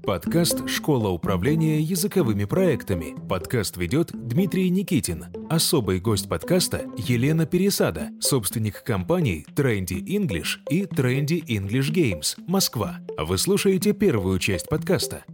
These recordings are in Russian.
Подкаст «Школа управления языковыми проектами». Подкаст ведет Дмитрий Никитин. Особый гость подкаста – Елена Пересада, собственник компаний Trendy English и Trendy English Games, Москва. Вы слушаете первую часть подкаста.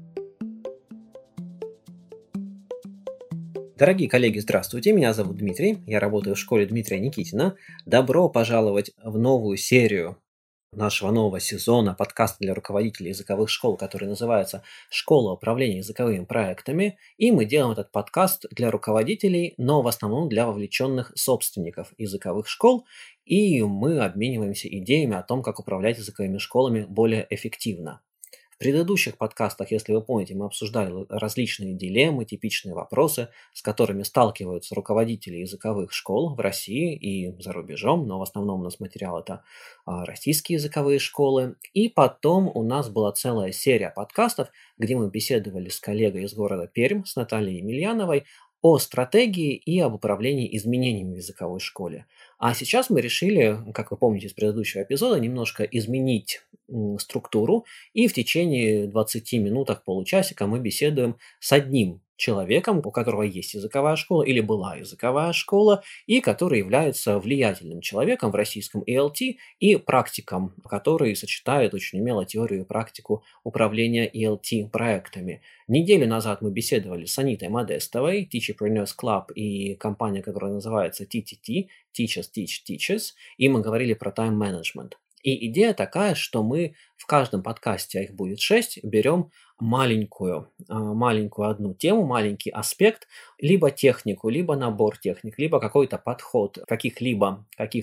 Дорогие коллеги, здравствуйте, меня зовут Дмитрий, я работаю в школе Дмитрия Никитина. Добро пожаловать в новую серию нашего нового сезона подкаста для руководителей языковых школ, который называется «Школа управления языковыми проектами». И мы делаем этот подкаст для руководителей, но в основном для вовлеченных собственников языковых школ. И мы обмениваемся идеями о том, как управлять языковыми школами более эффективно. В предыдущих подкастах, если вы помните, мы обсуждали различные дилеммы, типичные вопросы, с которыми сталкиваются руководители языковых школ в России и за рубежом, но в основном у нас материал это российские языковые школы. И потом у нас была целая серия подкастов, где мы беседовали с коллегой из города Пермь, с Натальей Емельяновой, о стратегии и об управлении изменениями в языковой школе. А сейчас мы решили, как вы помните из предыдущего эпизода, немножко изменить структуру, и в течение 20 минут, получасика мы беседуем с одним человеком, у которого есть языковая школа или была языковая школа, и который является влиятельным человеком в российском ELT и практиком, который сочетает очень умело теорию и практику управления ELT проектами. Неделю назад мы беседовали с Анитой Модестовой, Teacherpreneurs Club и компания, которая называется TTT, Teachers Teach Teachers, и мы говорили про тайм-менеджмент. И идея такая, что мы в каждом подкасте, а их будет 6, берем маленькую одну тему, маленький аспект, либо технику, либо набор техник, либо какой-то подход каких-либо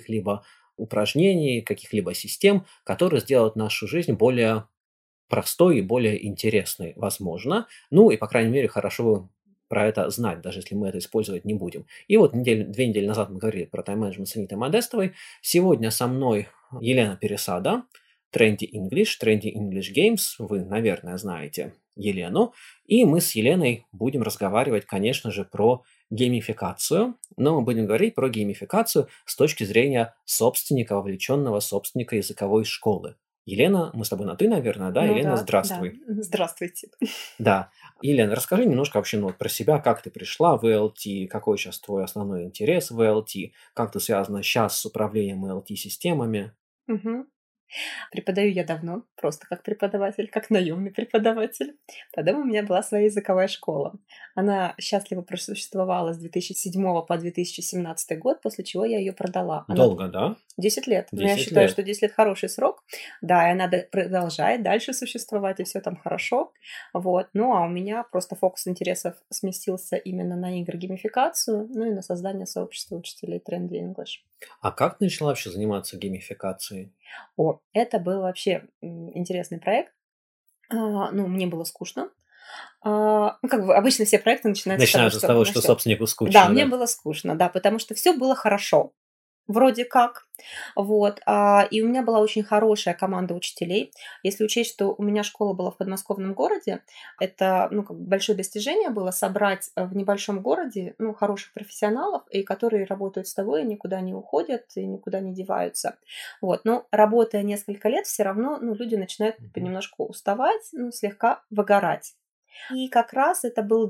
упражнений, каких-либо систем, которые сделают нашу жизнь более простой и более интересной, возможно. Ну и, по крайней мере, хорошо про это знать, даже если мы это использовать не будем. И вот 2 недели назад мы говорили про тайм-менеджмент с Анитой Модестовой. Сегодня со мной Елена Пересада, Trendy English Games. Вы, наверное, знаете Елену. И мы с Еленой будем разговаривать, конечно же, про геймификацию. Но мы будем говорить про геймификацию с точки зрения собственника, вовлеченного собственника языковой школы. Елена, мы с тобой на «ты», наверное, да? Ну Елена, да, здравствуй. да. Здравствуйте. Да. Елена, расскажи немножко вообще про себя, как ты пришла в ELT, какой сейчас твой основной интерес в ELT, как ты связана сейчас с управлением ELT-системами. Мгм. Преподаю я давно, просто как преподаватель, как наемный преподаватель. Потом у меня была своя языковая школа. Она счастливо просуществовала с 2007 по 2017 год, после чего я ее продала. Долго, да? 10 лет. Но я 10 считаю, лет. что 10 лет хороший срок. Да, и она продолжает дальше существовать, и все там хорошо. Вот. Ну, а у меня просто фокус интересов сместился именно на игры, геймификацию, ну и на создание сообщества учителей Trendy English. А как ты начала вообще заниматься геймификацией? Это был вообще интересный проект. Ну, мне было скучно. Как бы обычно все проекты начинаются с того, что собственнику скучно, Да, мне было скучно, да, потому что все было хорошо. Вроде как. Вот. И у меня была очень хорошая команда учителей. Если учесть, что у меня школа была в подмосковном городе, это большое достижение было собрать в небольшом городе хороших профессионалов, и которые работают с тобой, никуда не уходят и никуда не деваются. Вот. Но работая несколько лет, все равно люди начинают понемножку уставать, слегка выгорать. И как раз это был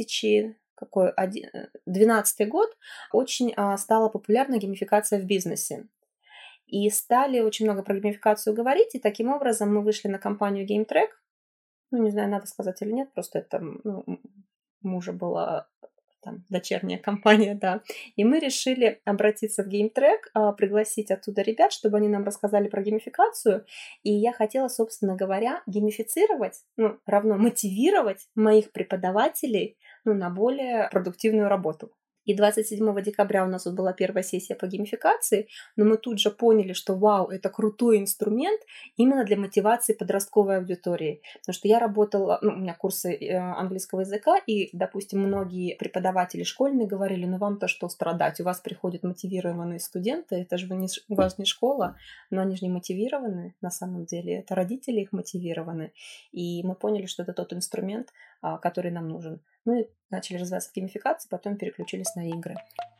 2012 год, очень стала популярна геймификация в бизнесе. И стали очень много про геймификацию говорить, и таким образом мы вышли на компанию GameTrack. Не знаю, надо сказать или нет, просто это мужа была дочерняя компания, да. И мы решили обратиться в GameTrack, пригласить оттуда ребят, чтобы они нам рассказали про геймификацию. И я хотела, собственно говоря, геймифицировать, равно мотивировать моих преподавателей на более продуктивную работу. И 27 декабря у нас была первая сессия по геймификации, но мы тут же поняли, что вау, это крутой инструмент именно для мотивации подростковой аудитории. Потому что я работала, у меня курсы английского языка, и, допустим, многие преподаватели школьные говорили, вам-то что страдать, у вас приходят мотивированные студенты, это же у вас не школа, но они же не мотивированы на самом деле, это родители их мотивированы. И мы поняли, что это тот инструмент, который нам нужен. И начали развиваться в геймификации, потом переключились на игры.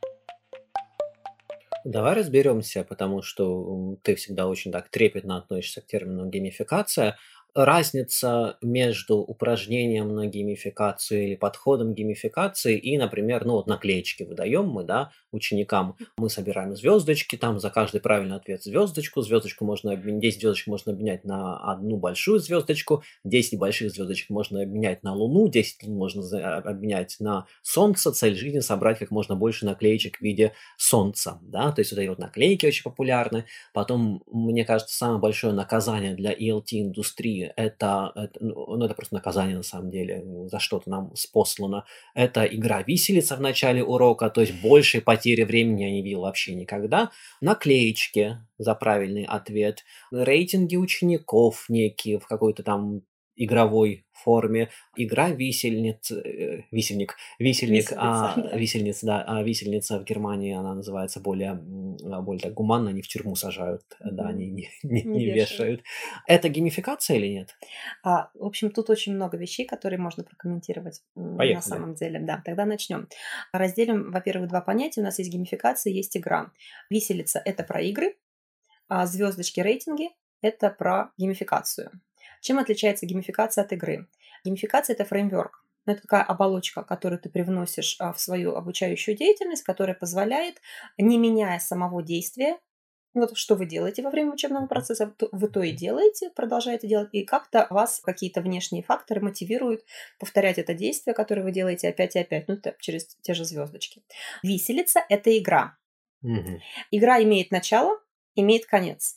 Давай разберемся, потому что ты всегда очень так трепетно относишься к термину геймификация. разница между упражнением на геймификацию или подходом к геймификации и, например, ну вот наклеечки выдаем мы, да, ученикам. Мы собираем звездочки, там за каждый правильный ответ звездочку. Звездочку можно обменять, 10 звездочек можно обменять на одну большую звездочку, 10 больших звездочек можно обменять на Луну, 10 лун можно обменять на Солнце. Цель жизни — собрать как можно больше наклеечек в виде Солнца, да, то есть вот эти вот наклейки очень популярны. Потом, мне кажется, самое большое наказание для ELT-индустрии это просто наказание на самом деле, за что-то нам спослано. Это игра виселица в начале урока, то есть большей потери времени я не видел вообще никогда. Наклеечки за правильный ответ, рейтинги учеников некие в какой-то там игровой форме, игра висельник, Виселица, да. висельница, да, а висельница в Германии, она называется более так гуманно, они в тюрьму сажают, да, Мгм. они не Не вешают. вешают. Это геймификация или нет? В общем, тут очень много вещей, которые можно прокомментировать на Поехали. самом деле. Да, тогда начнем. Разделим, во-первых, два понятия. У нас есть геймификация, есть игра. Виселица — это про игры, а звездочки, рейтинги — это про геймификацию. Чем отличается геймификация от игры? Геймификация — это фреймворк. Это такая оболочка, которую ты привносишь в свою обучающую деятельность, которая позволяет, не меняя самого действия, вот что вы делаете во время учебного процесса, вы то и делаете, продолжаете делать, и как-то вас какие-то внешние факторы мотивируют повторять это действие, которое вы делаете опять и опять, ну, это через те же звездочки. Виселица — это игра. Мгм. Игра имеет начало, имеет конец.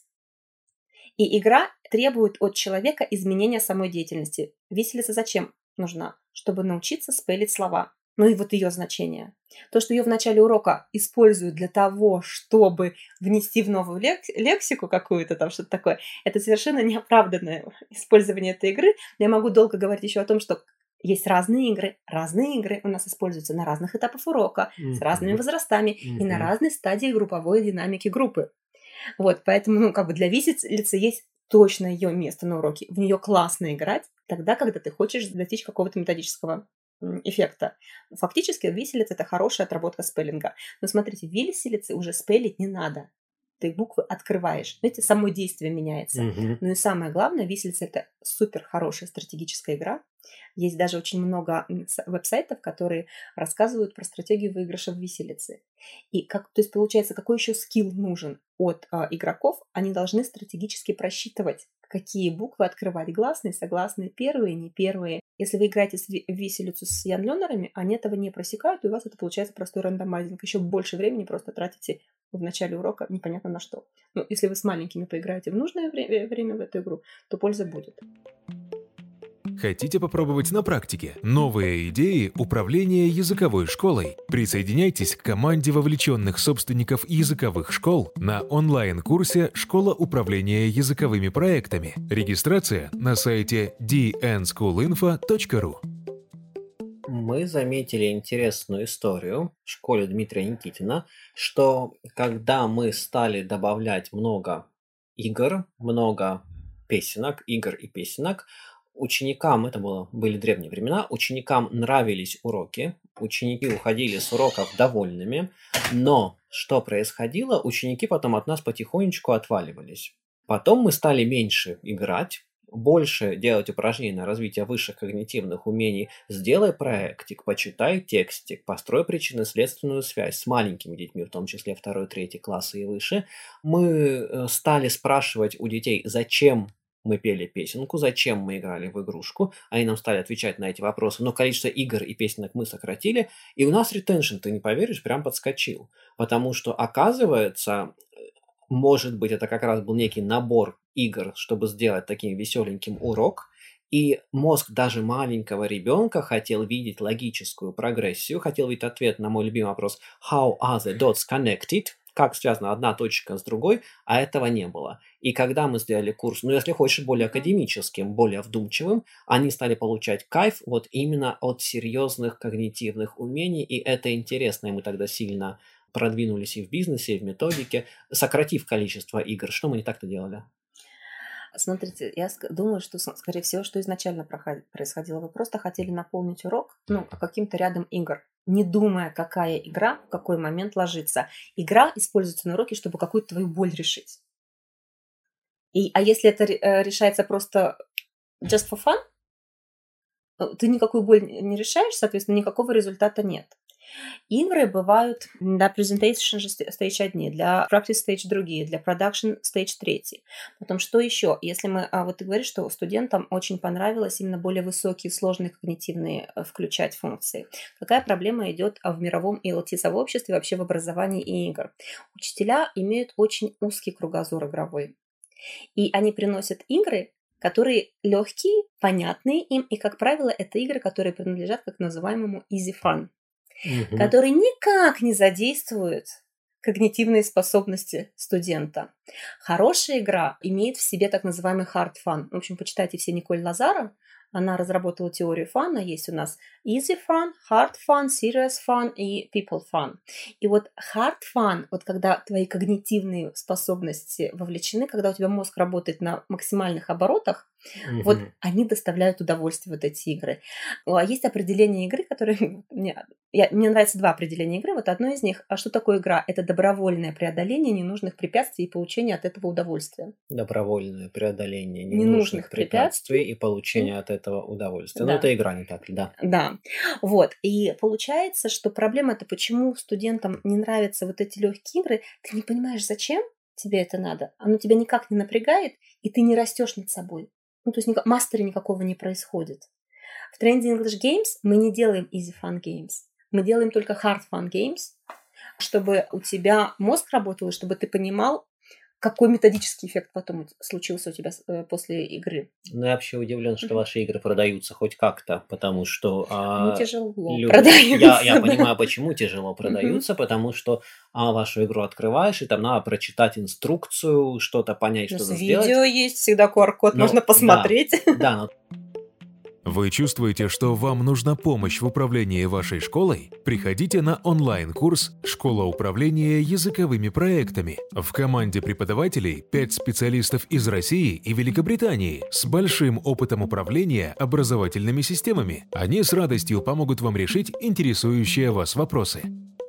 И игра требует от человека изменения самой деятельности. Виселица зачем нужна? Чтобы научиться спеллить слова. Ну и вот ее значение. То, что ее в начале урока используют для того, чтобы внести в новую лексику какую-то, там что-то такое, это совершенно неоправданное использование этой игры. Я могу долго говорить еще о том, что есть разные игры. Разные игры у нас используются на разных этапах урока, с разными Мгм. возрастами и на Мгм. разной стадии групповой динамики группы. Вот, поэтому, ну, как бы для виселицы есть точно ее место на уроке. В нее классно играть тогда, когда ты хочешь достичь какого-то методического эффекта. Фактически виселица — это хорошая отработка спеллинга. Но смотрите, в виселице уже спеллить не надо. Ты буквы открываешь. Знаете, само действие меняется. Мгм. Ну и самое главное, виселица — это супер хорошая стратегическая игра. Есть даже очень много веб-сайтов, которые рассказывают про стратегию выигрыша в виселице. И как, то есть получается, какой еще скилл нужен от игроков? Они должны стратегически просчитывать, какие буквы открывать: гласные, согласные, первые, не первые. Если вы играете в виселицу с янлёнерами, они этого не просекают, и у вас это получается простой рандомайзинг. Еще больше времени просто тратите в начале урока непонятно на что. Но если вы с маленькими поиграете в нужное время в эту игру, то польза будет. Хотите попробовать на практике новые идеи управления языковой школой? Присоединяйтесь к команде вовлеченных собственников языковых школ на онлайн-курсе «Школа управления языковыми проектами». Регистрация на сайте dnschoolinfo.ru. Мы заметили интересную историю в школе Дмитрия Никитина, что когда мы стали добавлять много игр, много игр и песенок, ученикам, были древние времена, ученикам нравились уроки, ученики уходили с уроков довольными, но что происходило? Ученики потом от нас потихонечку отваливались. Потом мы стали меньше играть, больше делать упражнений на развитие высших когнитивных умений. Сделай проектик, почитай текстик, построй причинно-следственную связь с маленькими детьми, в том числе 2-3 классы и выше. Мы стали спрашивать у детей, зачем мы пели песенку, зачем мы играли в игрушку. Они нам стали отвечать на эти вопросы, но количество игр и песенок мы сократили, и у нас ретеншн, ты не поверишь, прям подскочил. Потому что, оказывается, может быть, это как раз был некий набор игр, чтобы сделать таким веселеньким урок, и мозг даже маленького ребенка хотел видеть логическую прогрессию, хотел видеть ответ на мой любимый вопрос «How are the dots connected?» Как связана одна точка с другой, а этого не было. И когда мы сделали курс, ну, если хочешь, более академическим, более вдумчивым, они стали получать кайф вот именно от серьезных когнитивных умений, и это интересно, и мы тогда сильно продвинулись и в бизнесе, и в методике, сократив количество игр. Что мы не так-то делали? Смотрите, я думаю, что, скорее всего, что изначально происходило. Вы просто хотели наполнить урок, ну, каким-то рядом игр, не думая, какая игра в какой момент ложится. Игра используется на уроке, чтобы какую-то твою боль решить. А если это решается просто just for fun, ты никакую боль не решаешь, соответственно, никакого результата нет. Игры бывают для presentation stage одни, для practice stage другие, для production stage третий. Потом что еще? Если мы, вот ты говоришь, что студентам очень понравилось именно более высокие, сложные когнитивные включать функции. Какая проблема идет в мировом ELT-сообществе, вообще в образовании и игр? Учителя имеют очень узкий кругозор игровой. И они приносят игры, которые легкие, понятные им, и, как правило, это игры, которые принадлежат к так называемому easy fun, которые никак не задействуют когнитивные способности студента. Хорошая игра имеет в себе так называемый hard fun. В общем, почитайте все Николь Лазаро. Она разработала теорию фана. Есть у нас easy fun, hard fun, serious fun и people fun. И вот hard fun, вот когда твои когнитивные способности вовлечены, когда у тебя мозг работает на максимальных оборотах, вот они доставляют удовольствие, вот эти игры. Есть определение игры, которые... Мне нравится два определения игры. Вот одно из них, а что такое игра? Это добровольное преодоление ненужных препятствий и получение от этого удовольствия. Добровольное преодоление ненужных препятствий и получение от этого удовольствия. Да. Ну, это игра, не так ли? Да. Да. Вот. И получается, что проблема-то, почему студентам не нравятся вот эти легкие игры, ты не понимаешь, зачем тебе это надо. Оно тебя никак не напрягает, и ты не растешь над собой. Ну, то есть мастера никакого не происходит. В Trending English Games мы не делаем easy fun games. Мы делаем только hard fun games, чтобы у тебя мозг работал, и чтобы ты понимал, какой методический эффект потом случился у тебя после игры. Ну, я вообще удивлен, что ваши игры продаются хоть как-то, потому что... тяжело продаются. Я понимаю, почему тяжело продаются, потому что вашу игру открываешь, и там надо прочитать инструкцию, что-то понять, что сделать. Видео есть, всегда QR-код можно посмотреть. Да, но... Вы чувствуете, что вам нужна помощь в управлении вашей школой? Приходите на онлайн-курс «Школа управления языковыми проектами». В команде преподавателей 5 специалистов из России и Великобритании с большим опытом управления образовательными системами. Они с радостью помогут вам решить интересующие вас вопросы.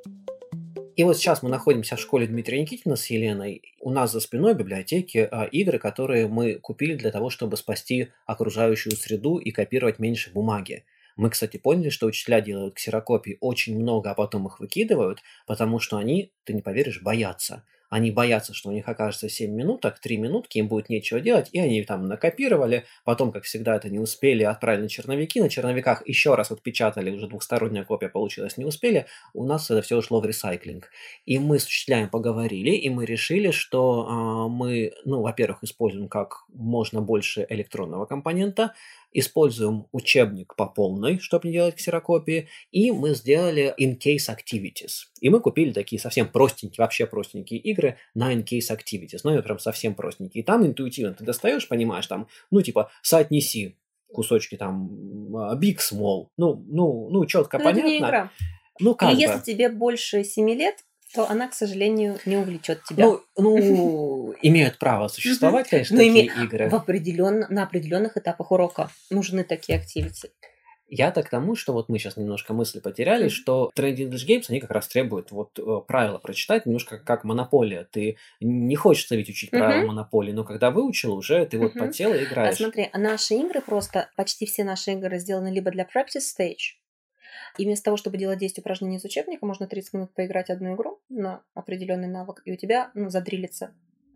И вот сейчас мы находимся в школе Дмитрия Никитина с Еленой. У нас за спиной в библиотеке игры, которые мы купили для того, чтобы спасти окружающую среду и копировать меньше бумаги. Мы, кстати, поняли, что учителя делают ксерокопий очень много, а потом их выкидывают, потому что они, ты не поверишь, боятся. Они боятся, что у них окажется 7 минуток, 3 минутки, им будет нечего делать, и они там накопировали, потом, как всегда, это не успели, отправили на черновики, на черновиках еще раз отпечатали, уже двухсторонняя копия получилась, не успели, у нас это все ушло в ресайклинг. И мы с учителями поговорили, и мы решили, что мы, во-первых, используем как можно больше электронного компонента, используем учебник по полной, чтобы не делать ксерокопии, и мы сделали in-case activities. И мы купили такие совсем простенькие, вообще простенькие игры на in-case activities. Ну, это прям совсем простенькие. И там интуитивно ты достаешь, понимаешь, там, соотнеси кусочки там big, small. Четко понятно. Это не игра. Или если тебе больше 7 лет, то она, к сожалению, не увлечет тебя. Имеют право существовать, конечно, такие игры. На определенных этапах урока нужны такие активити. Я-то к тому, что вот мы сейчас немножко мысли потеряли, что Trending English Games, они как раз требуют правила прочитать, немножко как монополия. Ты не хочешь ведь учить правила монополии, но когда выучил, уже ты подсел и играешь. Смотри, наши игры почти все наши игры сделаны либо для practice stage, и вместо того, чтобы делать 10 упражнений из учебника, можно 30 минут поиграть одну игру на определенный навык, и у тебя задрилится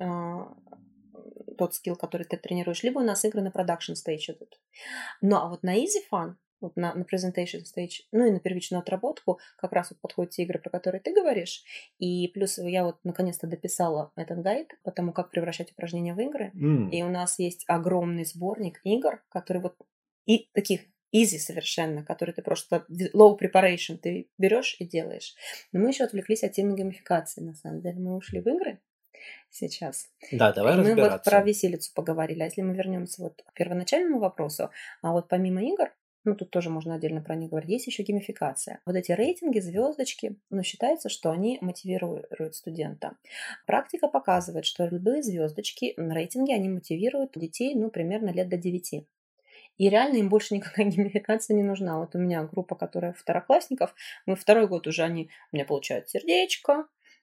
тот скилл, который ты тренируешь. Либо у нас игры на production stage идут. А вот на easy fun, на presentation stage, и на первичную отработку как раз подходят те игры, про которые ты говоришь. И плюс я наконец-то дописала этот гайд по тому, как превращать упражнения в игры. И у нас есть огромный сборник игр, которые и таких easy совершенно, который ты просто low preparation ты берешь и делаешь. Но мы еще отвлеклись от темы геймификации, на самом деле. Мы ушли в игры сейчас. Да, давай разбираться. Мы про виселицу поговорили. А если мы вернемся к первоначальному вопросу, помимо игр, тут тоже можно отдельно про них говорить, есть еще геймификация. Вот эти рейтинги, звездочки, считается, что они мотивируют студента. Практика показывает, что любые звездочки, рейтинги, они мотивируют детей, примерно лет до 9. И реально им больше никакая геймификация не нужна. Вот у меня группа, которая второклассников, мы второй год уже у меня получают сердечко,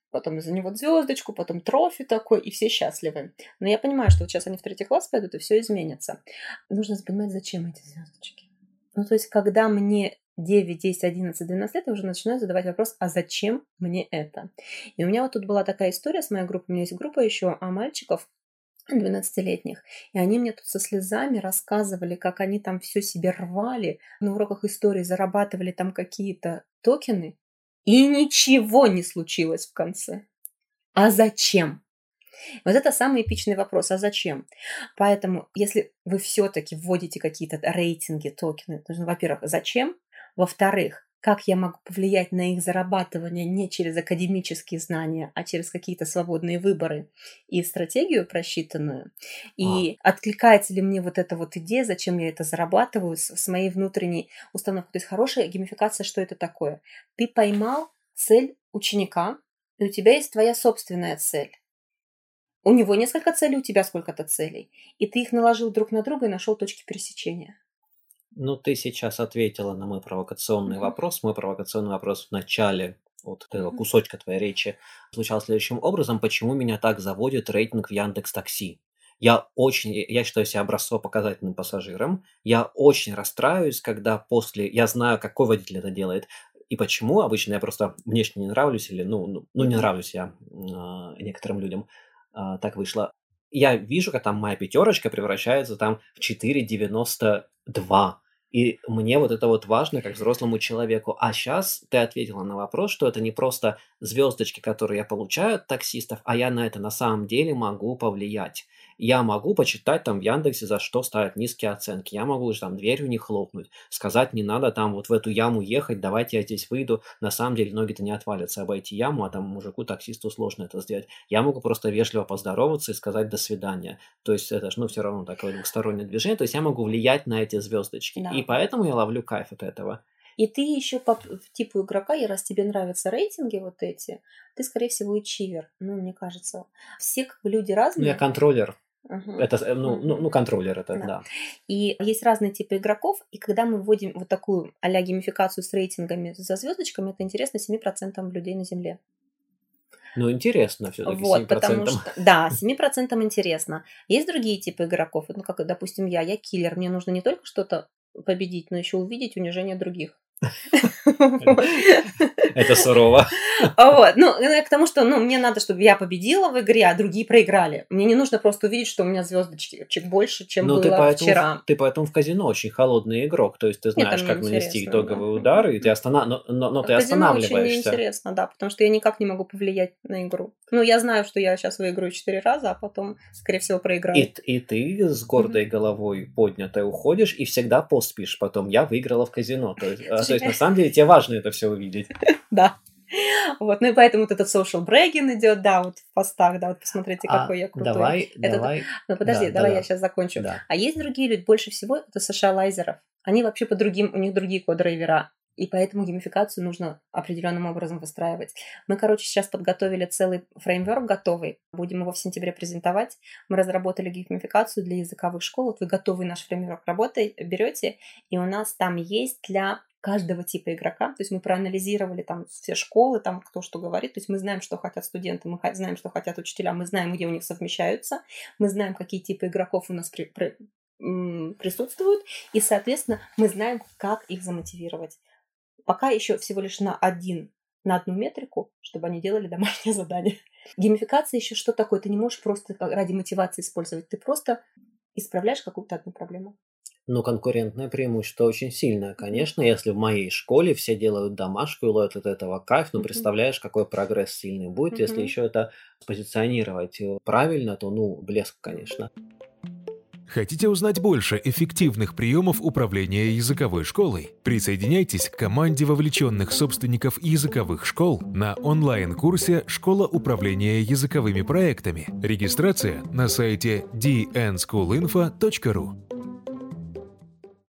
потом за него звездочку, потом трофи такой, и все счастливы. Но я понимаю, что вот сейчас они в 3 класс пойдут, и все изменится. Нужно понимать, зачем эти звездочки. Ну, то есть, когда мне 9, 10, 11, 12 лет, я уже начинаю задавать вопрос, а зачем мне это? И у меня вот тут была такая история с моей группой. У меня есть группа еще мальчиков 12-летних, и они мне тут со слезами рассказывали, как они там все себе рвали, на уроках истории зарабатывали там какие-то токены, и ничего не случилось в конце. А зачем? Вот это самый эпичный вопрос. А зачем? Поэтому, если вы все-таки вводите какие-то рейтинги, токены, то, во-первых, зачем? Во-вторых, как я могу повлиять на их зарабатывание не через академические знания, а через какие-то свободные выборы и стратегию просчитанную? И откликается ли мне вот эта вот идея, зачем я это зарабатываю с моей внутренней установкой? То есть хорошая геймификация, что это такое? Ты поймал цель ученика, и у тебя есть твоя собственная цель. У него несколько целей, у тебя сколько-то целей. И ты их наложил друг на друга и нашел точки пересечения. Ну, ты сейчас ответила на мой провокационный вопрос. Мой провокационный вопрос в начале вот этого кусочка твоей речи звучал следующим образом. Почему меня так заводит рейтинг в Яндекс.Такси? Я считаю себя образцово-показательным пассажиром. Я очень расстраиваюсь, когда я знаю, какой водитель это делает. И почему? Обычно я просто внешне не нравлюсь или, не нравлюсь я некоторым людям. Так вышло. Я вижу, как там моя 5 превращается там в 4,92. И мне вот это вот важно, как взрослому человеку. А сейчас ты ответила на вопрос, что это не просто звездочки, которые я получаю от таксистов, а я на это на самом деле могу повлиять. Я могу почитать там в Яндексе, за что ставят низкие оценки. Я могу же там дверью не хлопнуть, сказать, не надо там вот в эту яму ехать, давайте я здесь выйду. На самом деле ноги-то не отвалятся обойти яму, а там мужику-таксисту сложно это сделать. Я могу просто вежливо поздороваться и сказать «до свидания». То есть это же, все равно такое двухстороннее движение. То есть я могу влиять на эти звездочки. Да. И поэтому я ловлю кайф от этого. И ты еще по типу игрока, и раз тебе нравятся рейтинги вот эти, ты, скорее всего, ачивер, мне кажется. Все как бы люди разные. Я контроллер. Это, контроллер это, да. И есть разные типы игроков, и когда мы вводим вот такую а-ля геймификацию с рейтингами за звездочками, это интересно 7% людей на Земле. Интересно все-таки, вот, 7%. Потому что, да, 7% интересно. Есть другие типы игроков, как, допустим, я киллер, мне нужно не только что-то победить, но еще увидеть унижение других. Это сурово. Вот. К тому, что мне надо, чтобы я победила в игре, а другие проиграли. Мне не нужно просто увидеть, что у меня звездочек больше, чем было вчера. Ты поэтому в казино очень холодный игрок. То есть ты знаешь, как нанести итоговый удар, и ты но ты останавливаешься. Казино очень неинтересно, да, потому что я никак не могу повлиять на игру. Я знаю, что я сейчас выиграю 4 раза, а потом, скорее всего, проиграю. И ты с гордой головой поднятой уходишь, и всегда пост пишешь потом «я выиграла в казино». То есть на самом деле тебе важно это все увидеть. Да. Вот, и поэтому вот этот social bragging идет, да, вот в постах, да, вот посмотрите, какой я крутой. Давай. Подожди, давай я сейчас закончу. Да. А есть другие люди, больше всего это socializer'ов. Они вообще у них другие код-драйвера. И поэтому геймификацию нужно определенным образом выстраивать. Мы, сейчас подготовили целый фреймворк готовый. Будем его в сентябре презентовать. Мы разработали геймификацию для языковых школ. Вот вы готовый наш фреймворк берете, и у нас там есть для каждого типа игрока. То есть мы проанализировали там все школы, там кто что говорит. То есть мы знаем, что хотят студенты, мы знаем, что хотят учителя, мы знаем, где у них совмещаются, мы знаем, какие типы игроков у нас присутствуют, и, соответственно, мы знаем, как их замотивировать. Пока еще всего лишь на одну метрику, чтобы они делали домашнее задание. Геймификация еще что такое? Ты не можешь просто ради мотивации использовать. Ты просто исправляешь какую-то одну проблему. Конкурентное преимущество очень сильное. Конечно, если в моей школе все делают домашку и ловят от этого кайф, представляешь, какой прогресс сильный будет. Если еще это позиционировать правильно, то, блеск, конечно. Хотите узнать больше эффективных приемов управления языковой школой? Присоединяйтесь к команде вовлеченных собственников языковых школ на онлайн-курсе «Школа управления языковыми проектами». Регистрация на сайте dnschoolinfo.ru.